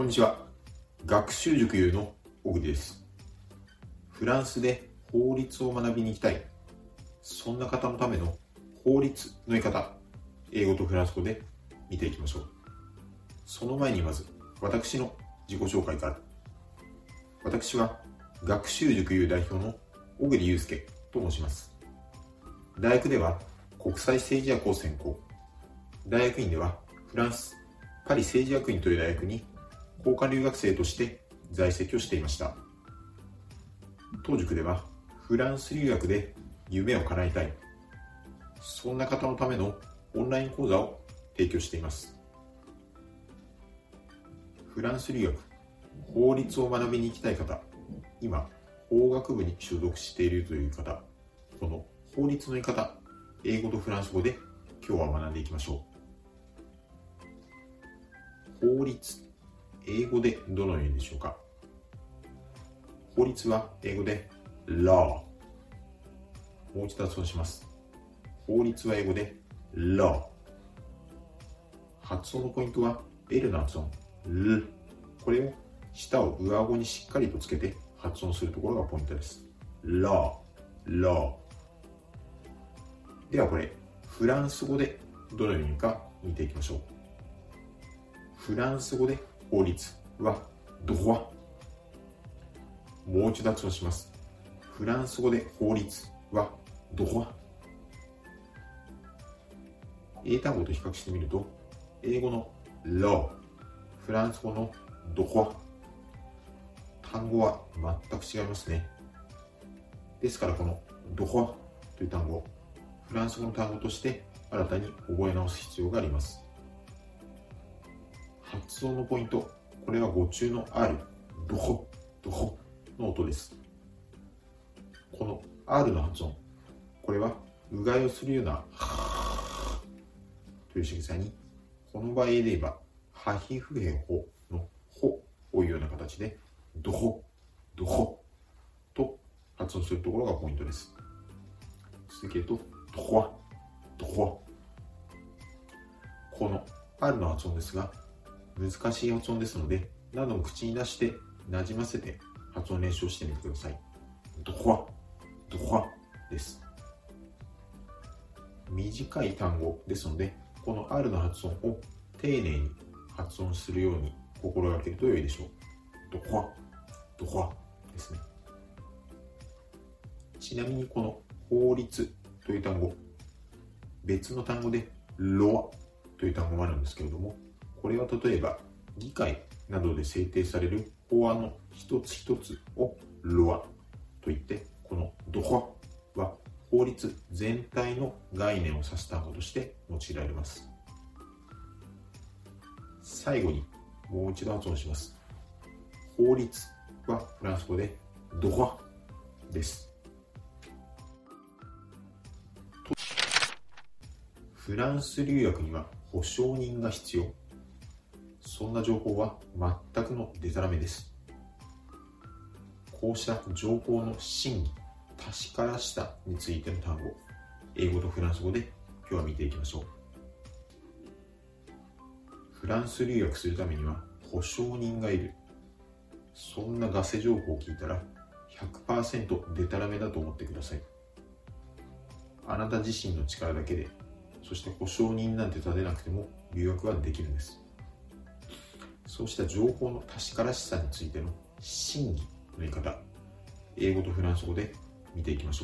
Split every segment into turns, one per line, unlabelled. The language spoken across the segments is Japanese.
こんにちは。学習塾優の小栗です。フランスで法律を学びに行きたい、そんな方のための法律の言い方、英語とフランス語で見ていきましょう。その前にまず私の自己紹介から。私は学習塾優代表の小栗祐介と申します。大学では国際政治学を専攻、大学院ではフランスパリ政治学院という大学に交換留学生として在籍をしていました。当塾ではフランス留学で夢を叶えたい、そんな方のためのオンライン講座を提供しています。フランス留学、法律を学びに行きたい方、今法学部に所属しているという方、この法律の言い方、英語とフランス語で今日は学んでいきましょう。法律、英語でどのようにでしょうか。法律は英語で law。 もう一度発音します。法律は英語で law。 発音のポイントは L の発音 L。 これを舌を上顎にしっかりとつけて発音するところがポイントです。 law。 ではこれフランス語でどのように言うか見ていきましょう。フランス語で法律はドロワ。もう一度発音します。フランス語で法律はドロワ。英単語と比較してみると、英語の law、 フランス語のドロワ、単語は全く違いますね。ですからこのドロワという単語、フランス語の単語として新たに覚え直す必要があります。発音のポイント、これは語中の R、ドホの音です。この R の発音、これはうがいをするようなという仕草に、この場合で言えばハヒフヘホのホをいうような形でドホと発音するところがポイントです。続けるとドホワ。この R の発音ですが難しい発音ですので、何度も口に出して馴染ませて発音練習をしてみてください。ドホワです。短い単語ですので、この R の発音を丁寧に発音するように心がけると良いでしょう。ドホワですね。ちなみにこの法律という単語、別の単語でロアという単語もあるんですけれども、これは例えば議会などで制定される法案の一つ一つをロアといって、このドホワは法律全体の概念を指す単語として用いられます。最後にもう一度発音します。法律はフランス語でドホワです。フランス留学には保証人が必要、そんな情報は全くのデタラメです。こうした情報の真偽、確からしさについての単語、英語とフランス語で今日は見ていきましょう。フランス留学するためには保証人がいる、そんなガセ情報を聞いたら 100% デタラメだと思ってください。あなた自身の力だけで、そして保証人なんて立てなくても留学はできるんです。そうした情報の確からしさについての真偽の言い方、英語とフランス語で見ていきましょう。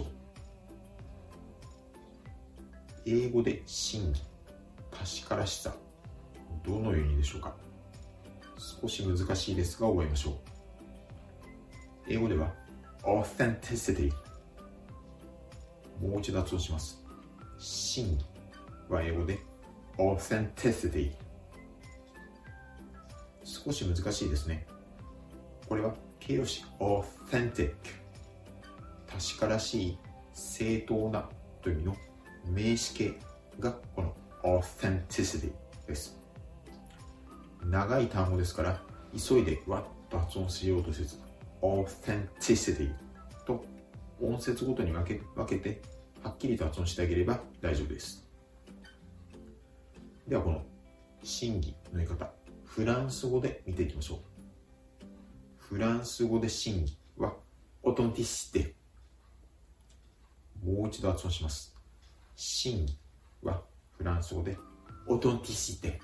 英語で真偽、確からしさ、どのようにでしょうか。少し難しいですが覚えましょう。英語では authenticity。 もう一度発音します。真偽は英語で authenticity。少し難しいですね。これは形容詞 authentic、 確からしい、正当なという意味の名詞形がこの authenticity です。長い単語ですから急いでわっと発音しようとせず authenticity と音節ごとに分けてはっきりと発音してあげれば大丈夫です。ではこの真偽の言い方、 フランス語で見ていきましょう。フランス語で真偽はオトンティシテ。もう一度発音します。真偽はフランス語でオトンティシテ。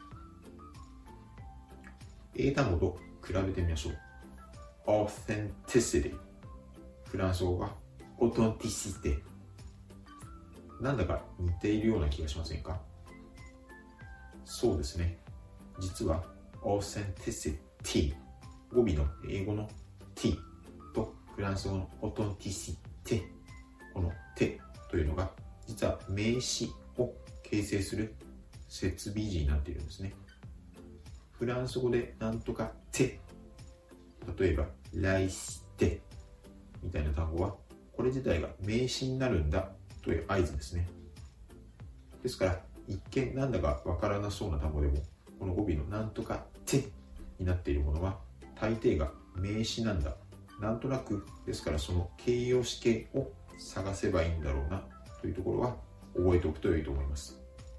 英単語と比べてみましょう。authenticity。フランス語がオトンティシテ。なんだか似ているような気がしませんか？そうですね。実は authenticity、語尾の英語の t とフランス語のオトンティシテ、このテというのが実は名詞を形成する接尾辞になっているんですね。フランス語でなんとかテ、例えば来してみたいな単語はこれ自体が名詞になるんだという合図ですね。ですから一見なんだかわからなそうな単語でもこの語尾のなんとかてになっているものは大抵が名詞なんだ。なんとなくですからその形容詞形を探せばいいんだろうなというところは覚えておくと良いと思います。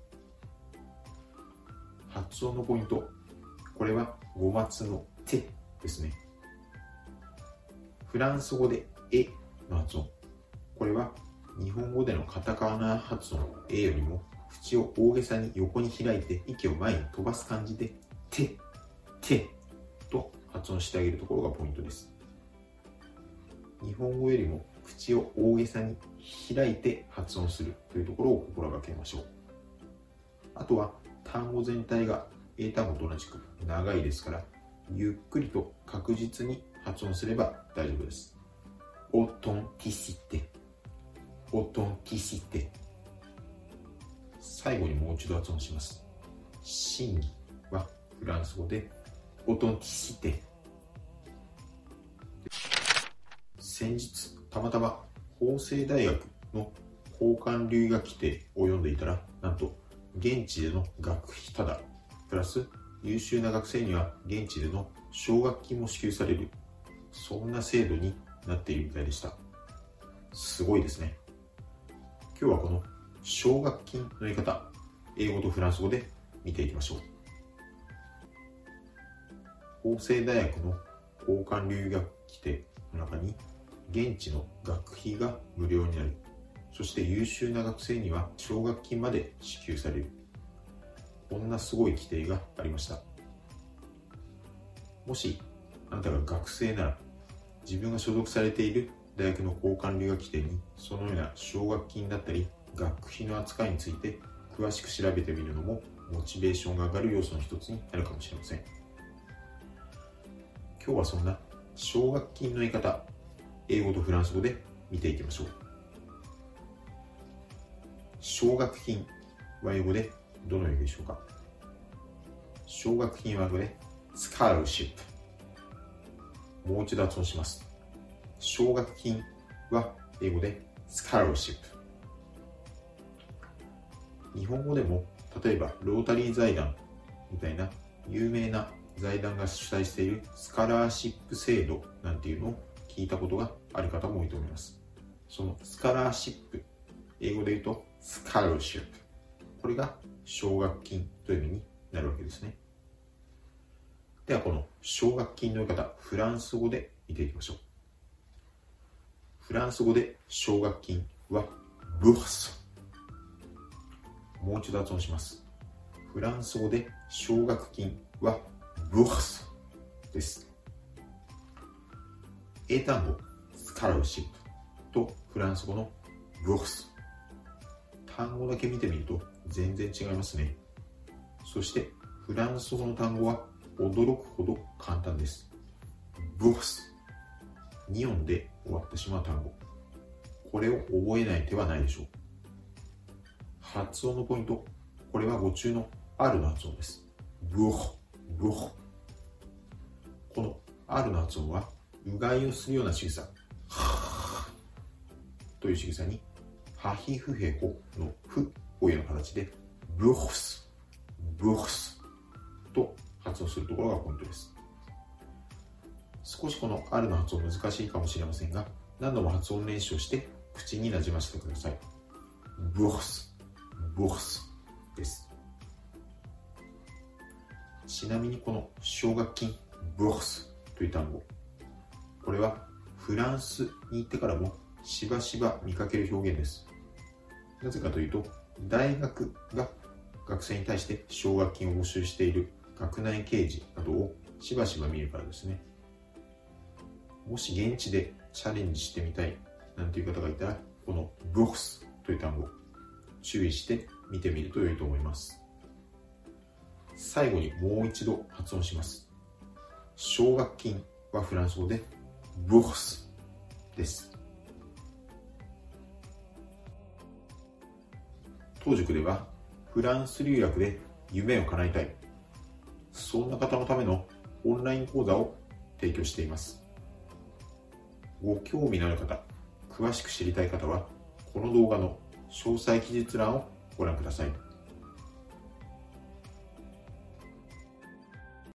発音のポイント、これは語末のてですね。フランス語でえの発音、これは日本語でのカタカナ発音えよりも口を大げさに横に開いて息を前に飛ばす感じでてと発音してあげるところがポイントです。日本語よりも口を大げさに開いて発音するというところを心がけましょう。あとは単語全体が英単語と同じく長いですからゆっくりと確実に発音すれば大丈夫です。オトンティシテ、オトンティシテ。最後にもう一度発音します。真偽はフランス語でオトンティシテ。先日たまたま法政大学の交換留学規定を読んでいたら、なんと現地での学費ただプラス優秀な学生には現地での奨学金も支給される、そんな制度になっているみたいでした。すごいですね。今日はこの奨学金の言い方、英語とフランス語で見ていきましょう。法政大学の交換留学規定の中に現地の学費が無料になる、そして優秀な学生には奨学金まで支給される、こんなすごい規定がありました。もしあなたが学生なら自分が所属されている大学の交換留学規定にそのような奨学金だったり学費の扱いについて詳しく調べてみるのもモチベーションが上がる要素の一つになるかもしれません。今日はそんな奨学金の言い方、英語とフランス語で見ていきましょう。奨学金は英語でどのようでしょうか？奨学金は英語でスカラーシップ。もう一度発音します。奨学金は英語でスカラーシップ。日本語でも例えばロータリー財団みたいな有名な財団が主催しているスカラーシップ制度なんていうのを聞いたことがある方も多いと思います。そのスカラーシップ、英語で言うとスカラーシップ、これが奨学金という意味になるわけですね。ではこの奨学金の言い方、フランス語で見ていきましょう。フランス語で奨学金はブース。もう一度発音します。フランス語で奨学金はブースです。英単語スカラーシップとフランス語のブース、単語だけ見てみると全然違いますね。そしてフランス語の単語は驚くほど簡単です。ブース、2音で終わってしまう単語、これを覚えない手はないでしょう。発音のポイント、これは語中の R の発音です。ブーブー。この R の発音はうがいをするような仕草という仕草にハヒフヘホのフをいうような形でブースブースと発音するところがポイントです。少しこの R の発音難しいかもしれませんが、何度も発音練習をして口になじませてください。ブースブースです。ちちなみにこの奨学金、ブースという単語、これはフランスに行ってからもしばしば見かける表現です。なぜかというと、大学が学生に対して奨学金を募集している学内掲示などをしばしば見るからですね。もし現地でチャレンジしてみたいなんていう方がいたら、このブースという単語、注意して見てみると良いと思います。最後にもう一度発音します。奨学金はフランス語でブースです。当塾ではフランス留学で夢を叶えたい、そんな方のためのオンライン講座を提供しています。ご興味のある方、詳しく知りたい方はこの動画の詳細記述欄をご覧ください。